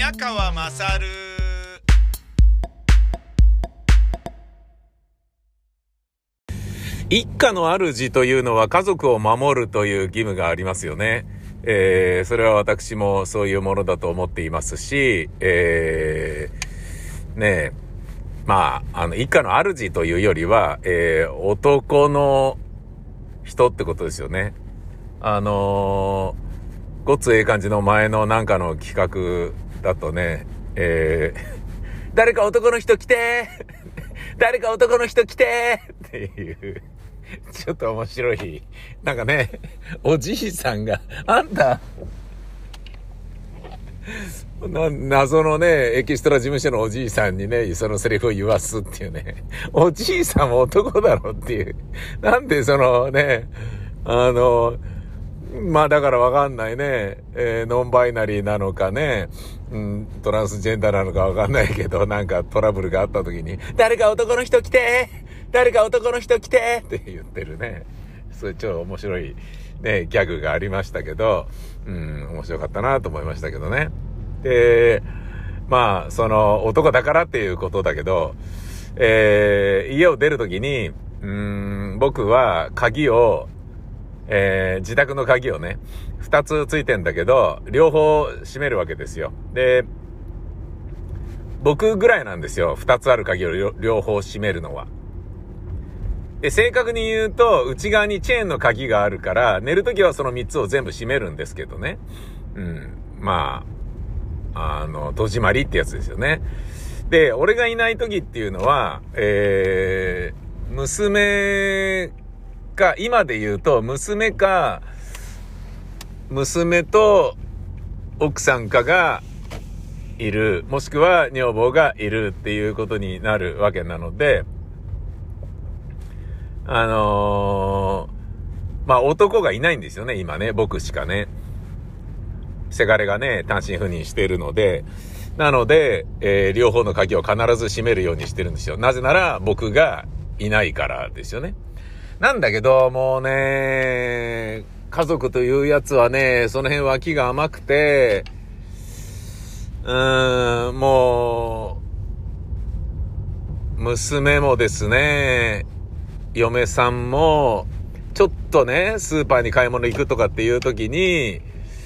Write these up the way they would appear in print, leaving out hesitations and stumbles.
宮川まさる。 一家の主というのは家族を守るという義務がありますよね。それは私もそういうものだと思っていますし、一家の主というよりは、男の人ってことですよね。ごっつええ感じの前のなんかの企画だとね、誰か男の人来て誰か男の人来てっていうちょっと面白いなんかね、おじいさんがあんた謎のねエキストラ事務所のおじいさんにねそのセリフを言わすっていうね、おじいさんも男だろっていう、なんでそのねだからわかんないね、ノンバイナリーなのかね、トランスジェンダーなのかわかんないけど、なんかトラブルがあった時に誰か男の人来て誰か男の人来てって言ってるね、そういう超面白いねギャグがありましたけど、面白かったなと思いましたけどね。でその男だからっていうことだけど、家を出る時に僕は鍵を自宅の鍵をね2つついてんだけど両方閉めるわけですよ。で僕ぐらいなんですよ、2つある鍵を両方閉めるのは。で正確に言うと内側にチェーンの鍵があるから寝るときはその3つを全部閉めるんですけどね、戸締まりってやつですよね。で俺がいない時っていうのは娘か、今で言うと娘と奥さんかがいる、もしくは女房がいるっていうことになるわけなので、男がいないんですよね今ね、僕しかね。せがれがね単身赴任しているので、なので、両方の鍵を必ず閉めるようにしてるんですよ。なぜなら僕がいないからですよね。なんだけどもうね、家族というやつはねその辺脇が甘くて、もう娘もですね、嫁さんもちょっとねスーパーに買い物行くとかっていう時に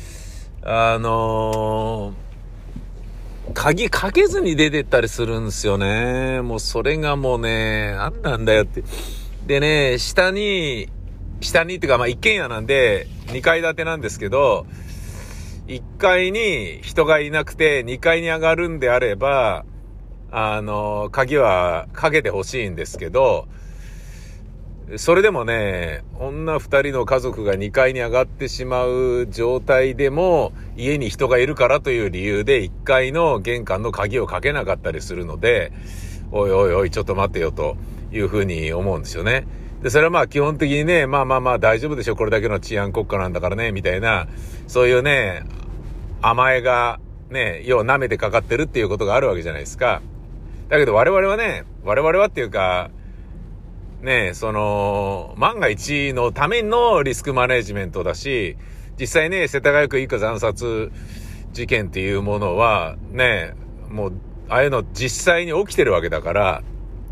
鍵かけずに出てったりするんですよね。もうそれがもうね、なんなんだよって。でね、下にっていうか一軒家なんで2階建てなんですけど、1階に人がいなくて2階に上がるんであれば鍵はかけてほしいんですけど、それでもね女2人の家族が2階に上がってしまう状態でも家に人がいるからという理由で1階の玄関の鍵をかけなかったりするので、おいおいおいちょっと待ってよというふうに思うんですよね。でそれは基本的にね大丈夫でしょ、これだけの治安国家なんだからねみたいな、そういうね甘えがね要は舐めてかかってるっていうことがあるわけじゃないですか。だけど我々はっていうかね、万が一のためのリスクマネジメントだし、実際ね世田谷区一家惨殺事件っていうものはねもうああいうの実際に起きてるわけだから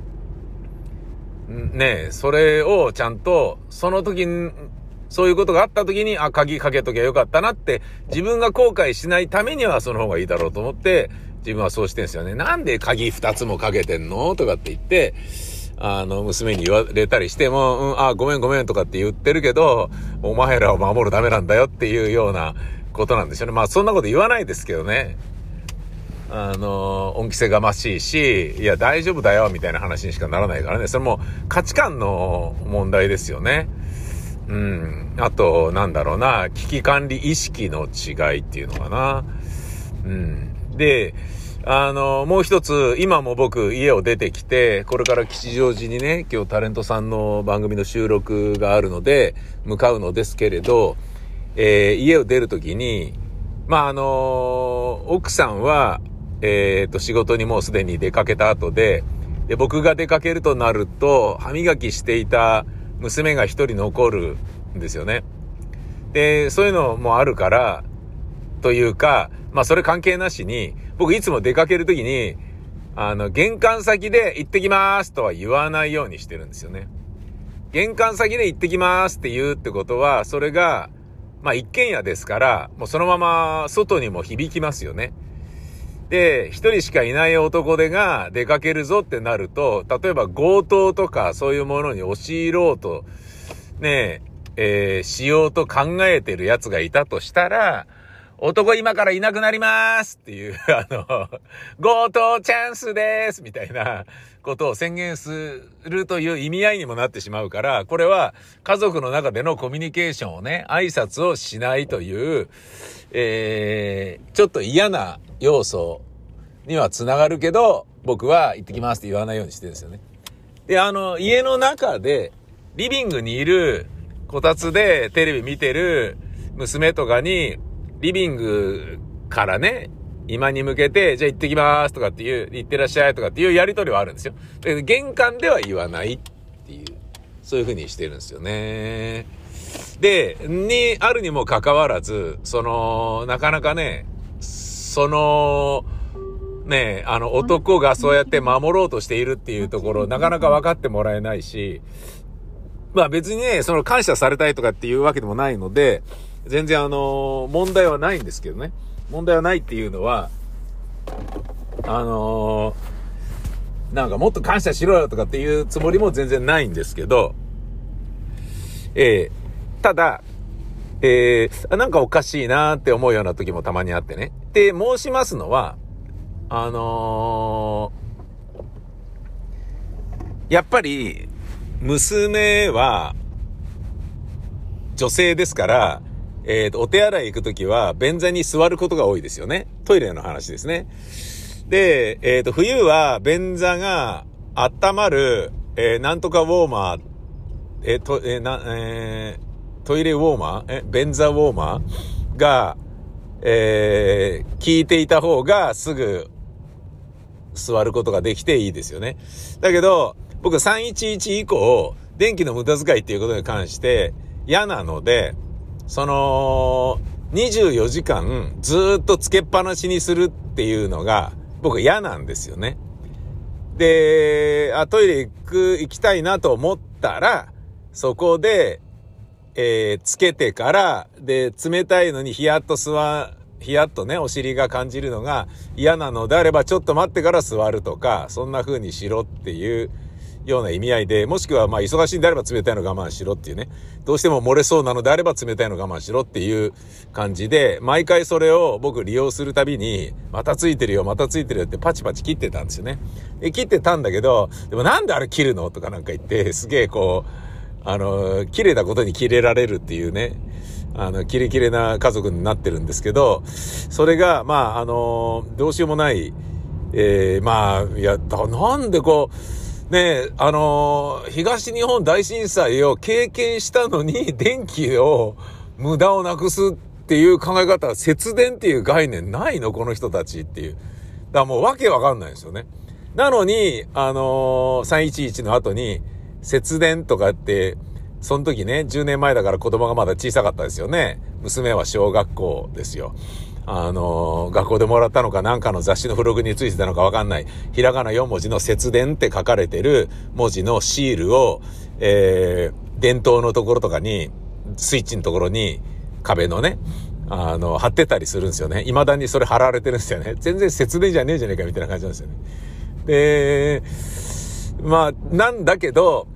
ね、それをちゃんとその時にそういうことがあった時に鍵かけときゃよかったなって自分が後悔しないためにはその方がいいだろうと思って自分はそうしてんですよね。なんで鍵2つもかけてんのとかって言って娘に言われたりしても、ごめんとかって言ってるけど、お前らを守るためなんだよっていうようなことなんでしょうね。そんなこと言わないですけどね。恩着せがましいし、いや大丈夫だよみたいな話にしかならないからね。それも価値観の問題ですよね。あと危機管理意識の違いっていうのかな。で、もう一つ、今も僕家を出てきて、これから吉祥寺にね今日タレントさんの番組の収録があるので向かうのですけれど、家を出るときに奥さんは仕事にもうすでに出かけた後で僕が出かけるとなると歯磨きしていた娘が一人残るんですよね。でそういうのもあるからというかそれ関係なしに僕いつも出かけるときに、玄関先で行ってきますとは言わないようにしてるんですよね。玄関先で行ってきますって言うってことは、それが、まあ一軒家ですから、もうそのまま外にも響きますよね。で、一人しかいない男手が出かけるぞってなると、例えば強盗とかそういうものに押し入ろうと、しようと考えてる奴がいたとしたら、男今からいなくなりますっていう、強盗チャンスですみたいなことを宣言するという意味合いにもなってしまうから、これは家族の中でのコミュニケーションをね、挨拶をしないという、ちょっと嫌な要素にはつながるけど、僕は行ってきますって言わないようにしてるんですよね。で、家の中で、リビングにいる、こたつでテレビ見てる娘とかに、リビングからね、今に向けて、じゃあ行ってきますとかっていう、行ってらっしゃいとかっていうやりとりはあるんですよ。で、玄関では言わないっていう、そういう風にしてるんですよね。で、あるにもかかわらず、なかなかね、男がそうやって守ろうとしているっていうところ、なかなか分かってもらえないし、まあ別にね、感謝されたいとかっていうわけでもないので、全然問題はないんですけどね。問題はないっていうのは、なんかもっと感謝しろよとかっていうつもりも全然ないんですけど、ただ、なんかおかしいなって思うような時もたまにあってね。で、申しますのは、やっぱり、娘は、女性ですから、お手洗い行くときは、便座に座ることが多いですよね。トイレの話ですね。で、冬は便座が温まる、なんとかウォーマー、トイレウォーマー便座ウォーマーが、効いていた方がすぐ座ることができていいですよね。だけど、僕311以降、電気の無駄遣いっていうことに関して嫌なので、24時間ずーっとつけっぱなしにするっていうのが僕嫌なんですよね。で、トイレ行きたいなと思ったら、そこで、つけてから、で、冷たいのにヒヤッとね、お尻が感じるのが嫌なのであれば、ちょっと待ってから座るとか、そんな風にしろっていうような意味合いで、もしくはまあ忙しいんであれば冷たいの我慢しろっていうね、どうしても漏れそうなのであれば冷たいの我慢しろっていう感じで、毎回それを僕利用するたびに、またついてるよってパチパチ切ってたんですよね。で、切ってたんだけど、でもなんであれ切るのとかなんか言って、すげえこう、綺麗なことに切れられるっていうね、キレキレな家族になってるんですけど、それが、まあ、どうしようもない、まあ、いや、なんでこう、ね、東日本大震災を経験したのに、電気を、無駄をなくすっていう考え方、節電っていう概念ないのこの人たちっていう。だからもうわけわかんないですよね。なのに、311の後に、節電とかって、その時ね、10年前だから子供がまだ小さかったですよね。娘は小学校ですよ。学校でもらったのかなんかの雑誌の付録についてたのかわかんない。ひらがな4文字の節電って書かれてる文字のシールを、電灯のところとかに、スイッチのところに壁のね、貼ってたりするんですよね。未だにそれ貼られてるんですよね。全然節電じゃねえじゃねえかみたいな感じなんですよね。で、まあ、なんだけど、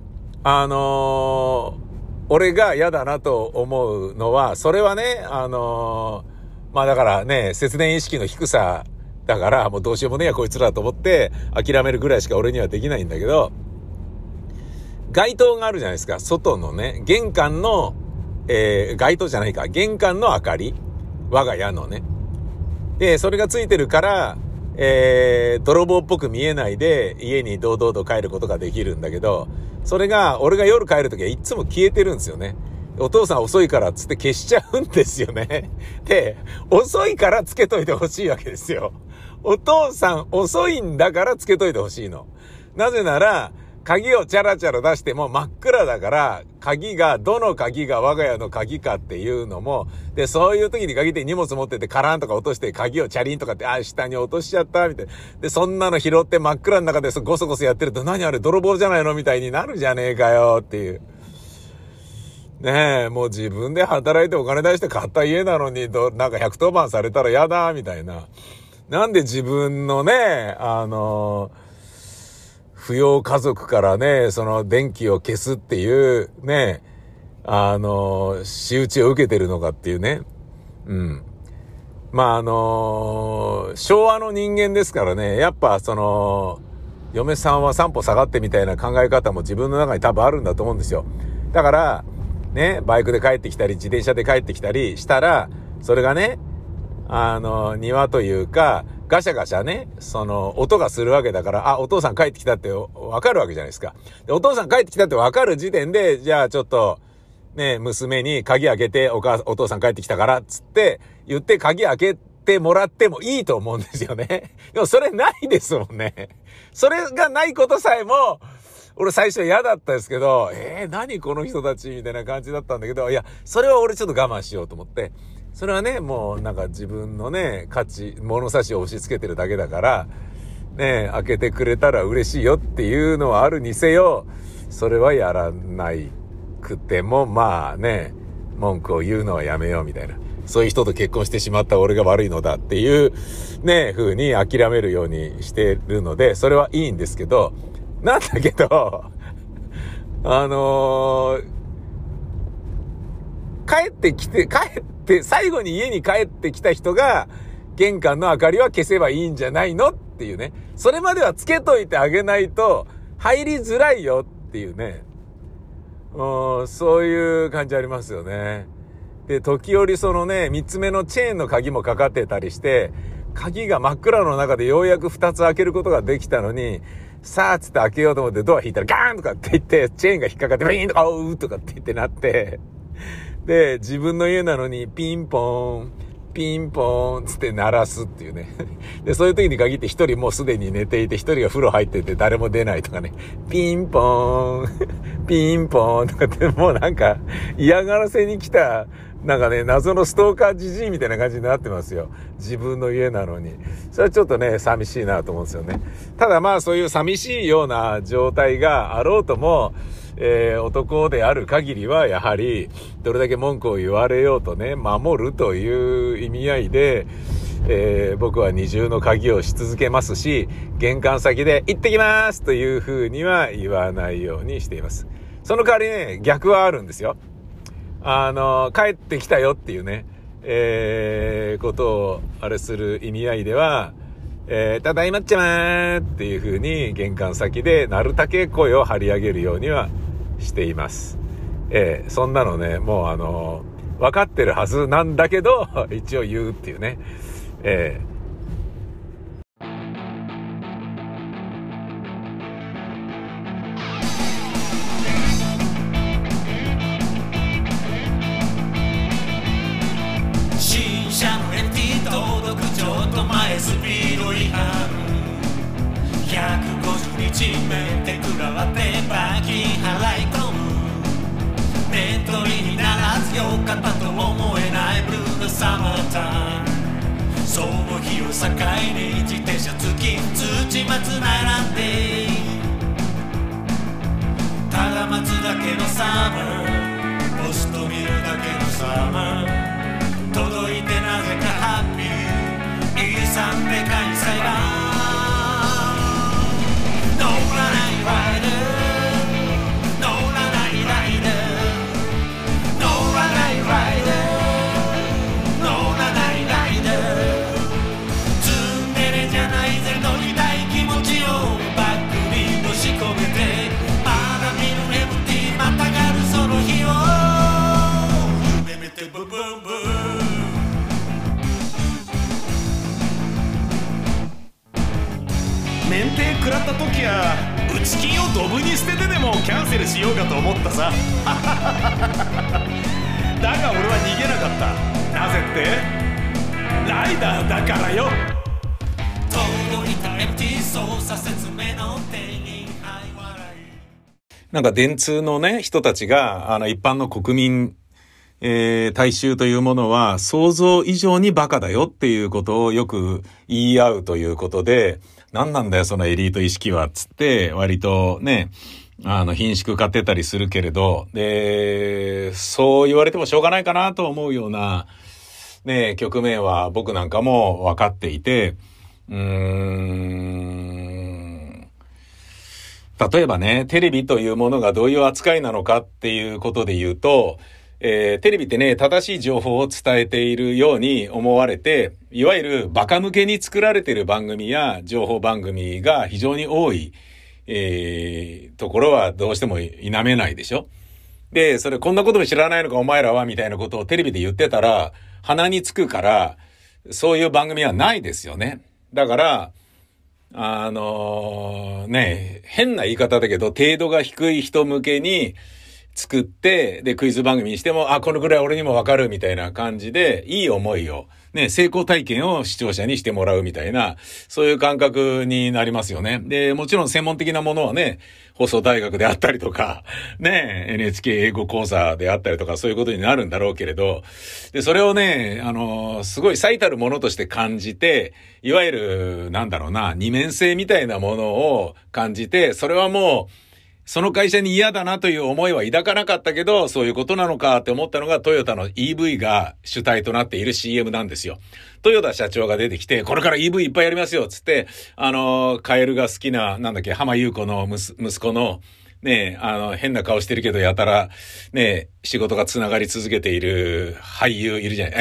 俺が嫌だなと思うのは、それはね、まあだからね、節電意識の低さだから、もうどうしようもねえやこいつらと思って諦めるぐらいしか俺にはできないんだけど、街灯があるじゃないですか。外のね、玄関の、街灯じゃないか、玄関の明かり。我が家のね。で、それがついてるから、泥棒っぽく見えないで家に堂々と帰ることができるんだけど、それが俺が夜帰るときはいつも消えてるんですよね。お父さん遅いからっつって消しちゃうんですよね。で、遅いからつけといてほしいわけですよ。お父さん遅いんだからつけといてほしいの。なぜなら、 鍵をチャラチャラ出しても真っ暗だから、どの鍵が我が家の鍵かっていうのも、で、そういう時に限って荷物持っててカランとか落として鍵をチャリンとかって、下に落としちゃったみたいな。で、そんなの拾って真っ暗の中でゴソゴソやってると、何あれ泥棒じゃないのみたいになるじゃねえかよっていう。ねえ、もう自分で働いてお金出して買った家なのに、なんか110番されたら嫌だ、みたいな。なんで自分のね、扶養家族からね、その電気を消すっていうね、仕打ちを受けてるのかっていうね。うん。まあ昭和の人間ですからね、やっぱ嫁さんは3歩下がってみたいな考え方も自分の中に多分あるんだと思うんですよ。だから、ね、バイクで帰ってきたり、自転車で帰ってきたりしたら、それがね、庭というか、ガシャガシャね、音がするわけだから、お父さん帰ってきたってわかるわけじゃないですか。で、お父さん帰ってきたってわかる時点で、じゃあちょっと、ね、娘に鍵開けて、お父さん帰ってきたから、つって言って鍵開けてもらってもいいと思うんですよね。でもそれないですもんね。それがないことさえも、俺最初嫌だったですけど、何この人たちみたいな感じだったんだけど、いや、それは俺ちょっと我慢しようと思って、それはね、もうなんか自分のね、物差しを押し付けてるだけだから、ね、開けてくれたら嬉しいよっていうのはあるにせよ、それはやらないくても、まあね、文句を言うのはやめようみたいな。そういう人と結婚してしまった俺が悪いのだっていうね、風に諦めるようにしてるので、それはいいんですけど、なんだけど、帰って最後に家に帰ってきた人が玄関の明かりは消せばいいんじゃないのっていうね。それまではつけといてあげないと入りづらいよっていうね。そういう感じありますよね。で、時折3つ目のチェーンの鍵もかかってたりして、鍵が真っ暗の中でようやく2つ開けることができたのに、さあつって開けようと思ってドア引いたらガーンとかって言って、チェーンが引っかかってビーンとか、おうとかって言ってなって、で、自分の家なのにピンポーン、ピンポーンつって鳴らすっていうね。で、そういう時に限って一人もうすでに寝ていて、一人が風呂入ってて誰も出ないとかね。ピンポーン、ピンポーンとかってもうなんか嫌がらせに来た、なんかね、謎のストーカーじじいみたいな感じになってますよ。自分の家なのに。それはちょっとね、寂しいなと思うんですよね。ただまあそういう寂しいような状態があろうとも、男である限りはやはりどれだけ文句を言われようとね、守るという意味合いで、僕は二重の鍵をし続けますし、玄関先で行ってきますというふうには言わないようにしています。その代わりね、逆はあるんですよ。帰ってきたよっていうね、ことをあれする意味合いでは、ただいまっちゃまーっていう風に玄関先でなるだけ声を張り上げるようにはしています。そんなのね、もう分かってるはずなんだけど、一応言うっていうね。 新車の MT 届くちょっと前スピード違反150日目で食らわって罰金払い込むネットリにならずよかったと思えないブルーなサマータイムその日を境に自転車付き土松並んでただ待つだけのサマーポスト見るだけのサマー届いてなぜかハッピー遺産でかい裁判乗らないライダー乗らないライダー乗らないライダー乗らないライダーツンデレじゃないぜ乗りたい気持ちをバックに押し込めてまだ見ぬ MT またがるその日を夢見てブブンブン免停食らった時は内金をドブに捨ててでもキャンセルしようかと思ったさだが俺は逃げなかったなぜってライダーだからよ届いた MT 操作説明の手にはい笑いなんか電通のね、人たちが、一般の国民、大衆というものは想像以上にバカだよっていうことをよく言い合うということで、何なんだよそのエリート意識はつって割とね、顰蹙買ってたりするけれど、で、そう言われてもしょうがないかなと思うようなね、局面は僕なんかも分かっていて、例えばね、テレビというものがどういう扱いなのかっていうことで言うと、テレビってね、正しい情報を伝えているように思われて、いわゆるバカ向けに作られている番組や情報番組が非常に多い、ところはどうしても否めないでしょ。で、それこんなことも知らないのかお前らはみたいなことをテレビで言ってたら鼻につくから、そういう番組はないですよね。だからね、変な言い方だけど程度が低い人向けに作って、で、クイズ番組にしても、このくらい俺にもわかるみたいな感じで、いい思いを、ね、成功体験を視聴者にしてもらうみたいな、そういう感覚になりますよね。で、もちろん専門的なものはね、放送大学であったりとか、ね、NHK 英語講座であったりとか、そういうことになるんだろうけれど、で、それをね、すごい最たるものとして感じて、いわゆる、二面性みたいなものを感じて、それはもう、その会社に嫌だなという思いは抱かなかったけど、そういうことなのかって思ったのがトヨタの EV が主体となっている CM なんですよ。トヨタ社長が出てきて、これから EV いっぱいやりますよ、つって、カエルが好きな、浜優子の息子の、ね、変な顔してるけどやたら、ね、仕事が繋がり続けている俳優いるじゃない。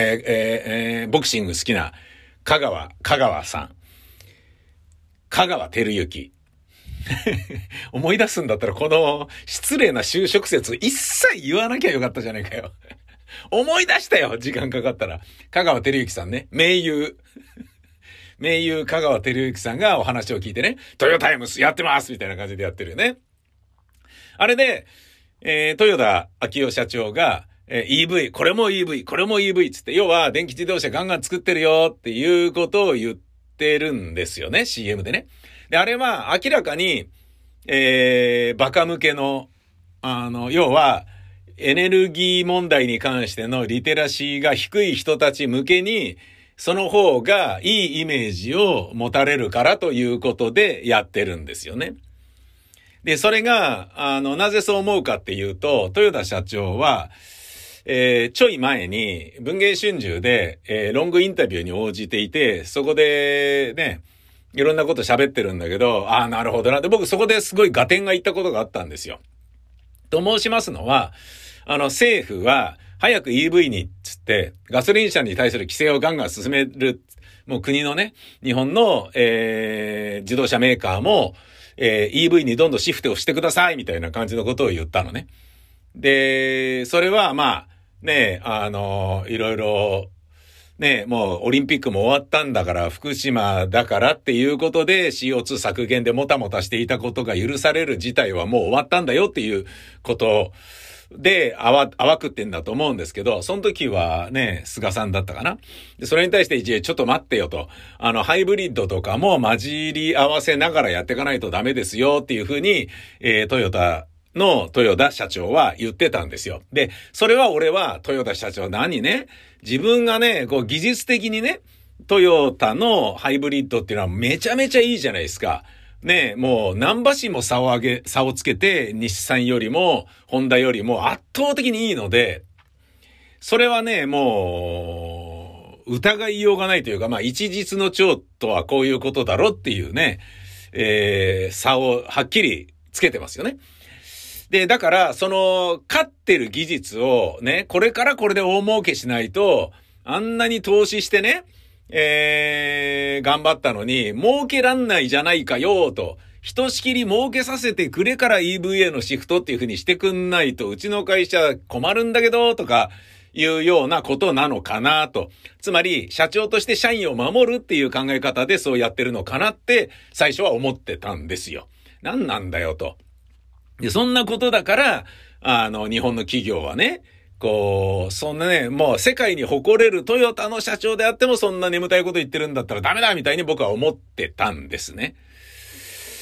ボクシング好きな、香川さん。香川照之。思い出すんだったらこの失礼な就職説一切言わなきゃよかったじゃないかよ。思い出したよ、時間かかったら。香川照之さんね、盟友香川照之さんがお話を聞いてね、トヨタイムスやってますみたいな感じでやってるよね。あれで、豊田章男社長が、EV、これも EV つって、要は電気自動車ガンガン作ってるよっていうことを言ってるんですよね、CM でね。で、あれは明らかに、バカ向けの、要は、エネルギー問題に関してのリテラシーが低い人たち向けに、その方がいいイメージを持たれるからということでやってるんですよね。で、それが、なぜそう思うかっていうと、豊田社長は、ちょい前に文藝春秋で、ロングインタビューに応じていて、そこでね、いろんなこと喋ってるんだけど、なるほどな。で、僕そこですごい合点がいったことがあったんですよ。と申しますのは、政府は早く EV につって、ガソリン車に対する規制をガンガン進める。もう国のね、日本の、自動車メーカーも、EV にどんどんシフトをしてくださいみたいな感じのことを言ったのね。で、それはね、いろいろ、ね、もうオリンピックも終わったんだから、福島だからっていうことで CO2 削減でもたもたしていたことが許される事態はもう終わったんだよっていうことで淡くってんだと思うんですけど、その時はね、菅さんだったかな。で、それに対してちょっと待ってよと。ハイブリッドとかも混じり合わせながらやっていかないとダメですよっていうふうに、トヨタ社長は言ってたんですよ。で、それは俺は豊田社長自分がね、技術的にね、トヨタのハイブリッドっていうのはめちゃめちゃいいじゃないですか。ね、もう何馬身も差をつけて、日産よりも、ホンダよりも圧倒的にいいので、それはね、もう、疑いようがないというか、一日の長とはこういうことだろっていうね、差をはっきりつけてますよね。で、だから、勝ってる技術をね、これからこれで大儲けしないと、あんなに投資してね、頑張ったのに、儲けらんないじゃないかよ、と。ひとしきり儲けさせてくれから EV へのシフトっていう風にしてくんないと、うちの会社困るんだけど、とか、いうようなことなのかな、と。つまり、社長として社員を守るっていう考え方でそうやってるのかなって、最初は思ってたんですよ。なんなんだよ、と。で、そんなことだから、日本の企業はね、そんなね、もう世界に誇れるトヨタの社長であってもそんな眠たいこと言ってるんだったらダメだみたいに僕は思ってたんですね。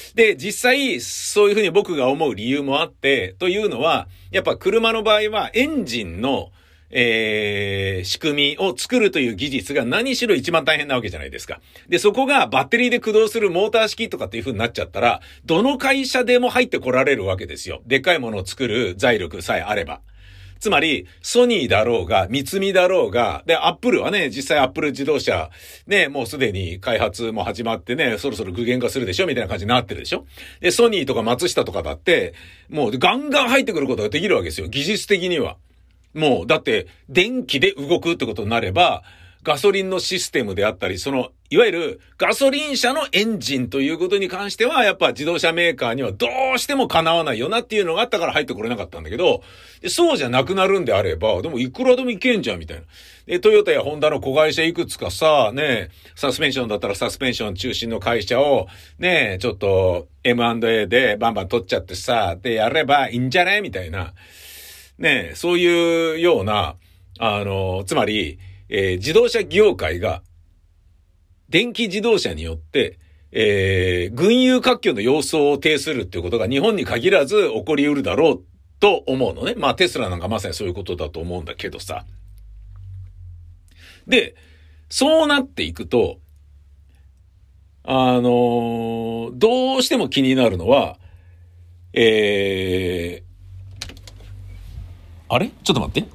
で、実際、そういうふうに僕が思う理由もあって、というのは、やっぱ車の場合はエンジンの、仕組みを作るという技術が何しろ一番大変なわけじゃないですか。で、そこがバッテリーで駆動するモーター式とかっていう風になっちゃったら、どの会社でも入ってこられるわけですよ。でっかいものを作る財力さえあれば。つまり、ソニーだろうが、三菱だろうが、で、アップルはね、実際アップル自動車、ね、もうすでに開発も始まってね、そろそろ具現化するでしょみたいな感じになってるでしょ。で、ソニーとか松下とかだって、もうガンガン入ってくることができるわけですよ。技術的には。もう、だって、電気で動くってことになれば、ガソリンのシステムであったり、いわゆるガソリン車のエンジンということに関しては、やっぱ自動車メーカーにはどうしてもかなわないよなっていうのがあったから入ってこれなかったんだけど、そうじゃなくなるんであれば、でもいくらでもいけんじゃんみたいな。で、トヨタやホンダの子会社いくつかさ、ね、サスペンションだったらサスペンション中心の会社を、ね、ちょっと M&A でバンバン取っちゃってさ、でやればいいんじゃねみたいな。ね、そういうような、つまり、自動車業界が、電気自動車によって、群雄割拠の様相を呈するっていうことが日本に限らず起こり得るだろうと思うのね。まあテスラなんかまさにそういうことだと思うんだけどさ。で、そうなっていくと、どうしても気になるのは、あれちょっと待って。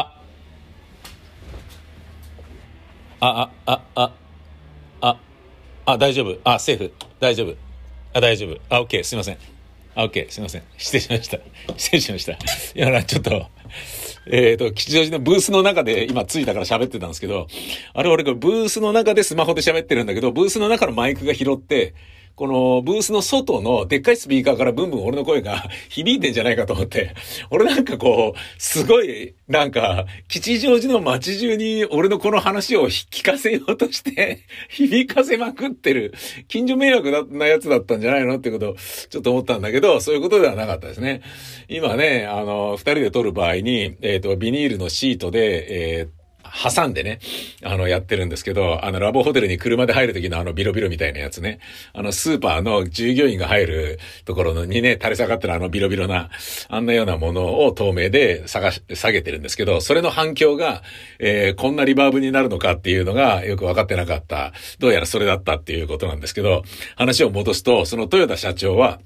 大丈夫。セーフ。大丈夫。大丈夫。OK。すいません。OK。すいません。失礼しました。失礼しました。いや、ちょっと、吉祥寺のブースの中で今着いたから喋ってたんですけど、俺これブースの中でスマホで喋ってるんだけど、ブースの中のマイクが拾って、このブースの外のでっかいスピーカーからブンブン俺の声が響いてんじゃないかと思って、俺なんかこう、すごい、なんか、吉祥寺の街中に俺のこの話を聞かせようとして、響かせまくってる、近所迷惑なやつだったんじゃないのってことをちょっと思ったんだけど、そういうことではなかったですね。今ね、二人で撮る場合に、ビニールのシートで、挟んでね、やってるんですけど、ラボホテルに車で入る時のビロビロみたいなやつね、スーパーの従業員が入るところにね、垂れ下がってるビロビロな、あんなようなものを透明で下げてるんですけど、それの反響が、こんなリバーブになるのかっていうのがよく分かってなかった。どうやらそれだったっていうことなんですけど、話を戻すと、その豊田社長は、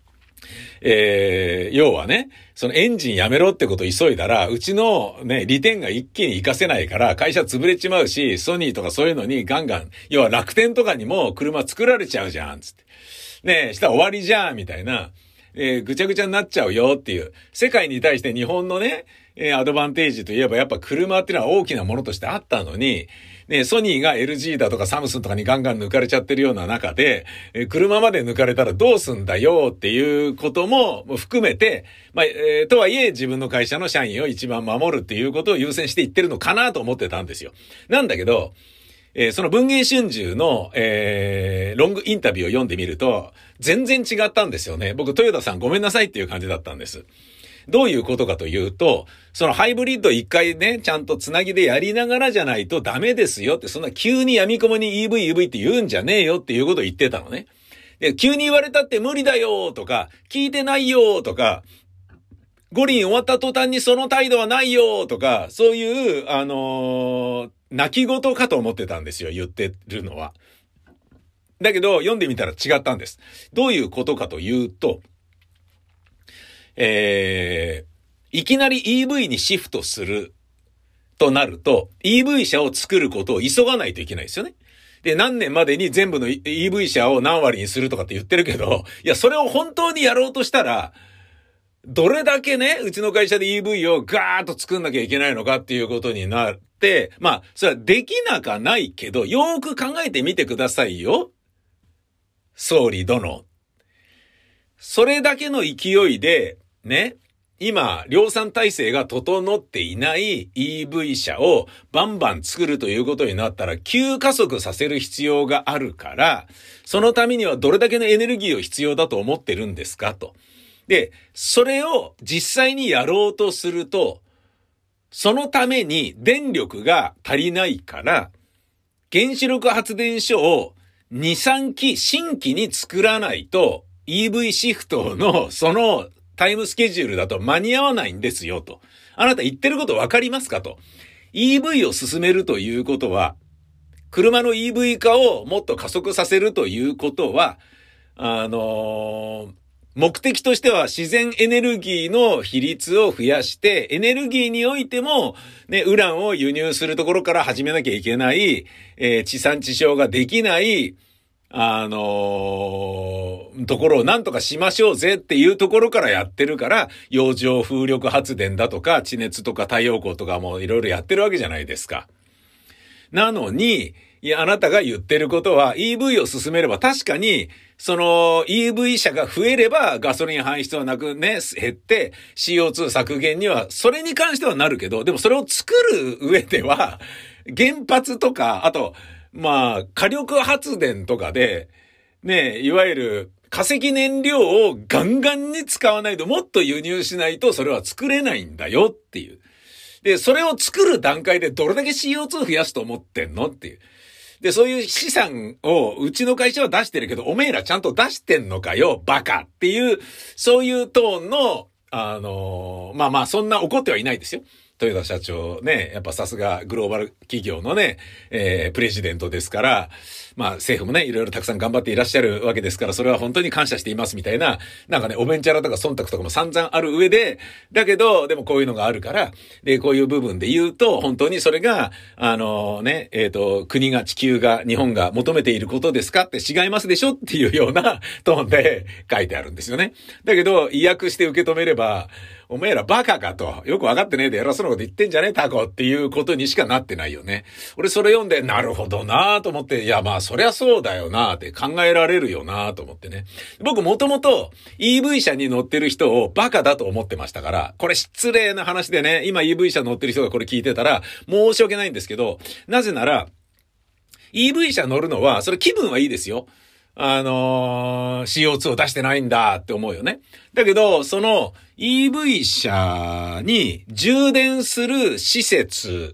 要はね、そのエンジンやめろってことを急いだら、うちのね、利点が一気に活かせないから、会社潰れちまうし、ソニーとかそういうのにガンガン、要は楽天とかにも車作られちゃうじゃん、つって。ねしたら終わりじゃん、みたいな。ぐちゃぐちゃになっちゃうよっていう。世界に対して日本のね、アドバンテージといえばやっぱ車っていうのは大きなものとしてあったのに、ね、ソニーが LG だとかサムスンとかにガンガン抜かれちゃってるような中で、車まで抜かれたらどうすんだよっていうことも含めて、とはいえ自分の会社の社員を一番守るっていうことを優先して言ってるのかなと思ってたんですよ。なんだけど、その文藝春秋の、ロングインタビューを読んでみると、全然違ったんですよね。僕、豊田さんごめんなさいっていう感じだったんです。どういうことかというと、そのハイブリッド一回ね、ちゃんとつなぎでやりながらじゃないとダメですよって、そんな急に闇雲に EV って言うんじゃねえよっていうことを言ってたのね。で、急に言われたって無理だよとか、聞いてないよとか、五輪終わった途端にその態度はないよとか、そういう、泣き言かと思ってたんですよ、言ってるのは。だけど、読んでみたら違ったんです。どういうことかというと、いきなり EV にシフトするとなると、EV 車を作ることを急がないといけないですよね。で、何年までに全部の EV 車を何割にするとかって言ってるけど、いや、それを本当にやろうとしたら、どれだけね、うちの会社で EV をガーッと作んなきゃいけないのかっていうことになって、それはできなかないけど、よーく考えてみてくださいよ。総理殿。それだけの勢いで、ね、今、量産体制が整っていない EV 車をバンバン作るということになったら、急加速させる必要があるから、そのためにはどれだけのエネルギーを必要だと思ってるんですかと。で、それを実際にやろうとすると、そのために電力が足りないから、原子力発電所を2、3基新規に作らないと EV シフトのそのタイムスケジュールだと間に合わないんですよと。あなた言ってることわかりますかと。EV を進めるということは、車の EV 化をもっと加速させるということは、目的としては自然エネルギーの比率を増やして、エネルギーにおいても、ね、ウランを輸入するところから始めなきゃいけない、地産地消ができない、ところをなんとかしましょうぜっていうところからやってるから、洋上風力発電だとか、地熱とか太陽光とかもいろいろやってるわけじゃないですか。なのに、いや、あなたが言ってることは EV を進めれば確かに、その EV 車が増えればガソリン排出はなくね、減って CO2 削減には、それに関してはなるけど、でもそれを作る上では、原発とか、あと、火力発電とかで、ね、いわゆる化石燃料をガンガンに使わないと、もっと輸入しないとそれは作れないんだよっていう。で、それを作る段階でどれだけ CO2 増やすと思ってんのっていう。で、そういう資産をうちの会社は出してるけど、おめえらちゃんと出してんのかよ、バカっていう、そういうトーンの、そんな怒ってはいないですよ。豊田社長ね、やっぱさすがグローバル企業のね、プレジデントですから、政府もね、いろいろたくさん頑張っていらっしゃるわけですから、それは本当に感謝していますみたいな、なんかね、おべんちゃらとか忖度とかも散々ある上で、だけど、でもこういうのがあるから、で、こういう部分で言うと、本当にそれが、国が、地球が、日本が求めていることですかって違いますでしょっていうようなトーンで書いてあるんですよね。だけど、意訳して受け止めれば、お前らバカかと。よくわかってねえで偉そうなこと言ってんじゃねえタコっていうことにしかなってないよね。俺それ読んで、なるほどなぁと思って、いやそりゃそうだよなぁって考えられるよなぁと思ってね。僕もともと EV 車に乗ってる人をバカだと思ってましたから、これ失礼な話でね、今 EV 車乗ってる人がこれ聞いてたら申し訳ないんですけど、なぜなら EV 車乗るのは、それ気分はいいですよ。CO2 を出してないんだって思うよね。だけど、その EV 車に充電する施設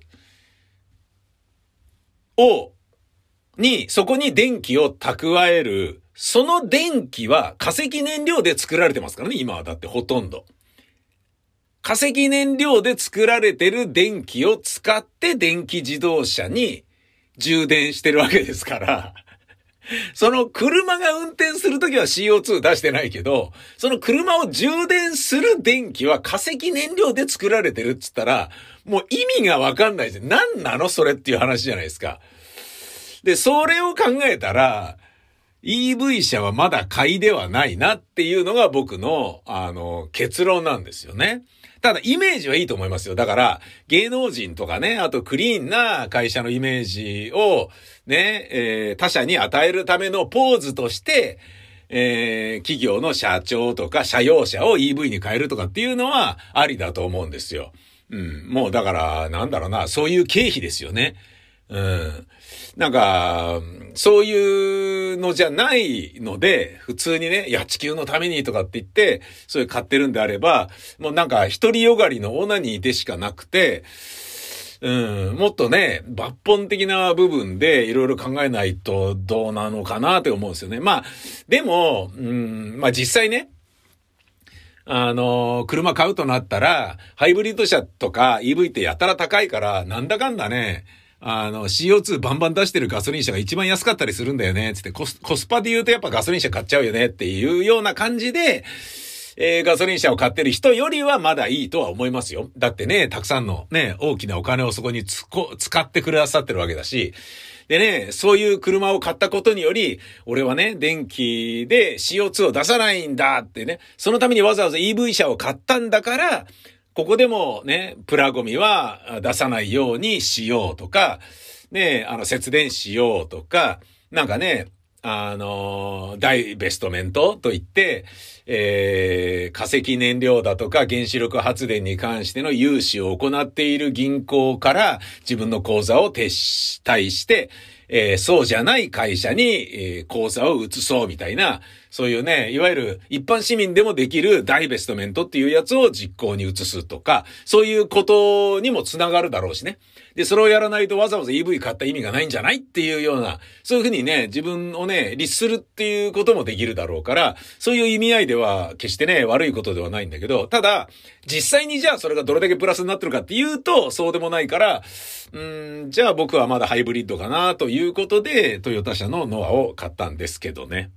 そこに電気を蓄える、その電気は化石燃料で作られてますからね、今はだってほとんど。化石燃料で作られてる電気を使って電気自動車に充電してるわけですから、その車が運転するときは CO2 出してないけど、その車を充電する電気は化石燃料で作られてるっつったら、もう意味がわかんないですよ。何なのそれっていう話じゃないですか。で、それを考えたら、EV 車はまだ買いではないなっていうのが僕の、結論なんですよね。ただイメージはいいと思いますよ。だから芸能人とかね、あとクリーンな会社のイメージをね、他社に与えるためのポーズとして、企業の社長とか社用車を EV に変えるとかっていうのはありだと思うんですよ。もうだからなんだろうな、そういう経費ですよね。なんか、そういうのじゃないので、普通にね、いや、地球のためにとかって言って、そういう買ってるんであれば、もうなんか、独りよがりのオナニーでしかなくて、もっとね、抜本的な部分でいろいろ考えないとどうなのかなって思うんですよね。でも、実際ね、車買うとなったら、ハイブリッド車とか EV ってやたら高いから、なんだかんだね、CO2 バンバン出してるガソリン車が一番安かったりするんだよね、つってコスパで言うとやっぱガソリン車買っちゃうよねっていうような感じで、ガソリン車を買ってる人よりはまだいいとは思いますよ。だってね、たくさんのね、大きなお金をそこに使ってくださってるわけだし、でね、そういう車を買ったことにより、俺はね、電気で CO2 を出さないんだってね、そのためにわざわざ EV 車を買ったんだから、ここでもね、プラゴミは出さないようにしようとか、ね、節電しようとか、なんかね、ダイベストメントといって、化石燃料だとか原子力発電に関しての融資を行っている銀行から自分の口座を撤退して、 そうじゃない会社に、口座を移そうみたいな、そういうね、いわゆる一般市民でもできるダイベストメントっていうやつを実行に移すとか、そういうことにもつながるだろうしね。で、それをやらないとわざわざ EV 買った意味がないんじゃないっていうような、そういうふうにね、自分をね、律するっていうこともできるだろうから、そういう意味合いでは決してね、悪いことではないんだけど、ただ、実際にじゃあそれがどれだけプラスになってるかっていうと、そうでもないから、じゃあ僕はまだハイブリッドかなということで、トヨタ車のノアを買ったんですけどね。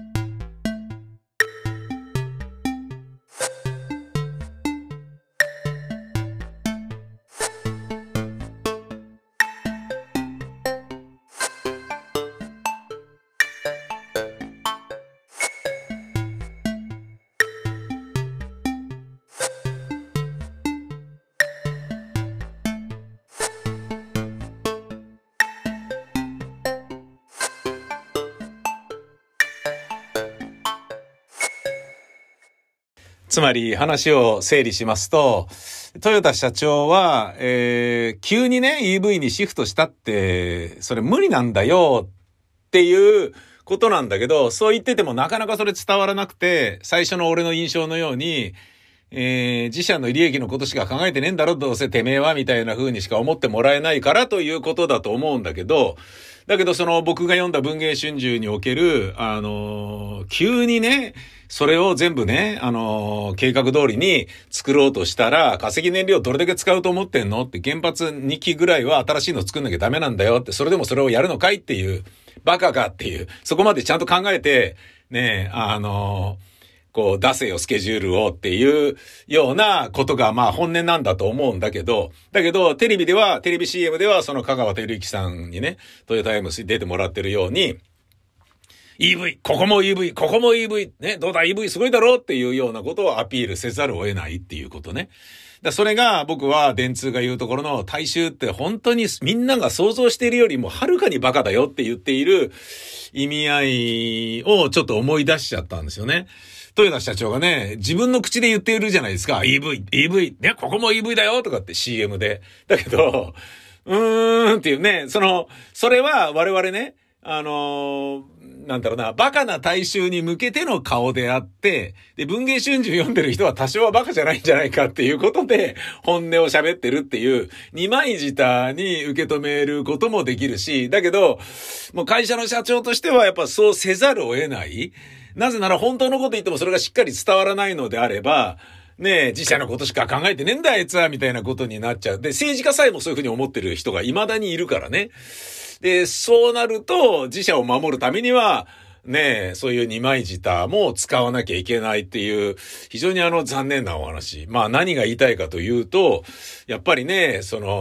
つまり話を整理しますと、トヨタ社長は、急にね EV にシフトしたってそれ無理なんだよっていうことなんだけど、そう言っててもなかなかそれ伝わらなくて、最初の俺の印象のように、自社の利益のことしか考えてねえんだろ、どうせてめえはみたいな風にしか思ってもらえないからということだと思うんだけど、だけどその僕が読んだ文藝春秋における急にねそれを全部ね計画通りに作ろうとしたら化石燃料どれだけ使うと思ってんのって、原発2基ぐらいは新しいの作んなきゃダメなんだよって、それでもそれをやるのかいっていう、バカかっていう、そこまでちゃんと考えてねこう出せよスケジュールをっていうようなことがまあ本音なんだと思うんだけど、テレビ CM ではその香川照之さんにね、トヨタイムスに出てもらってるように、EV、ここも EV、ここも EV、ね、どうだ EV すごいだろうっていうようなことをアピールせざるを得ないっていうことね。それが僕は電通が言うところの大衆って本当にみんなが想像しているよりもはるかにバカだよって言っている意味合いをちょっと思い出しちゃったんですよね。豊田社長がね、自分の口で言っているじゃないですか。EV、ね、ここも EV だよとかって CM で。だけど、っていうね、それは我々ね、なんだろうな、バカな大衆に向けての顔であって、で、文藝春秋読んでる人は多少はバカじゃないんじゃないかっていうことで、本音を喋ってるっていう、二枚舌に受け止めることもできるし、だけど、もう会社の社長としてはやっぱそうせざるを得ない。なぜなら本当のこと言ってもそれがしっかり伝わらないのであれば、ねえ、自社のことしか考えてねえんだあいつは、みたいなことになっちゃう。で、政治家さえもそういうふうに思ってる人が未だにいるからね。で、そうなると、自社を守るためには、ねえ、そういう二枚舌も使わなきゃいけないっていう、非常に残念なお話。まあ何が言いたいかというと、やっぱりね、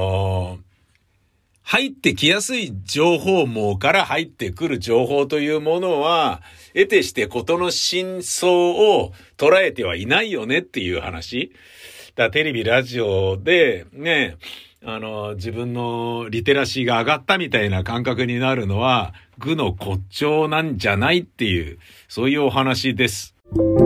入ってきやすい情報網から入ってくる情報というものは、得てして事の真相を捉えてはいないよねっていう話。だからテレビ、ラジオでね、自分のリテラシーが上がったみたいな感覚になるのは、愚の骨頂なんじゃないっていう、そういうお話です。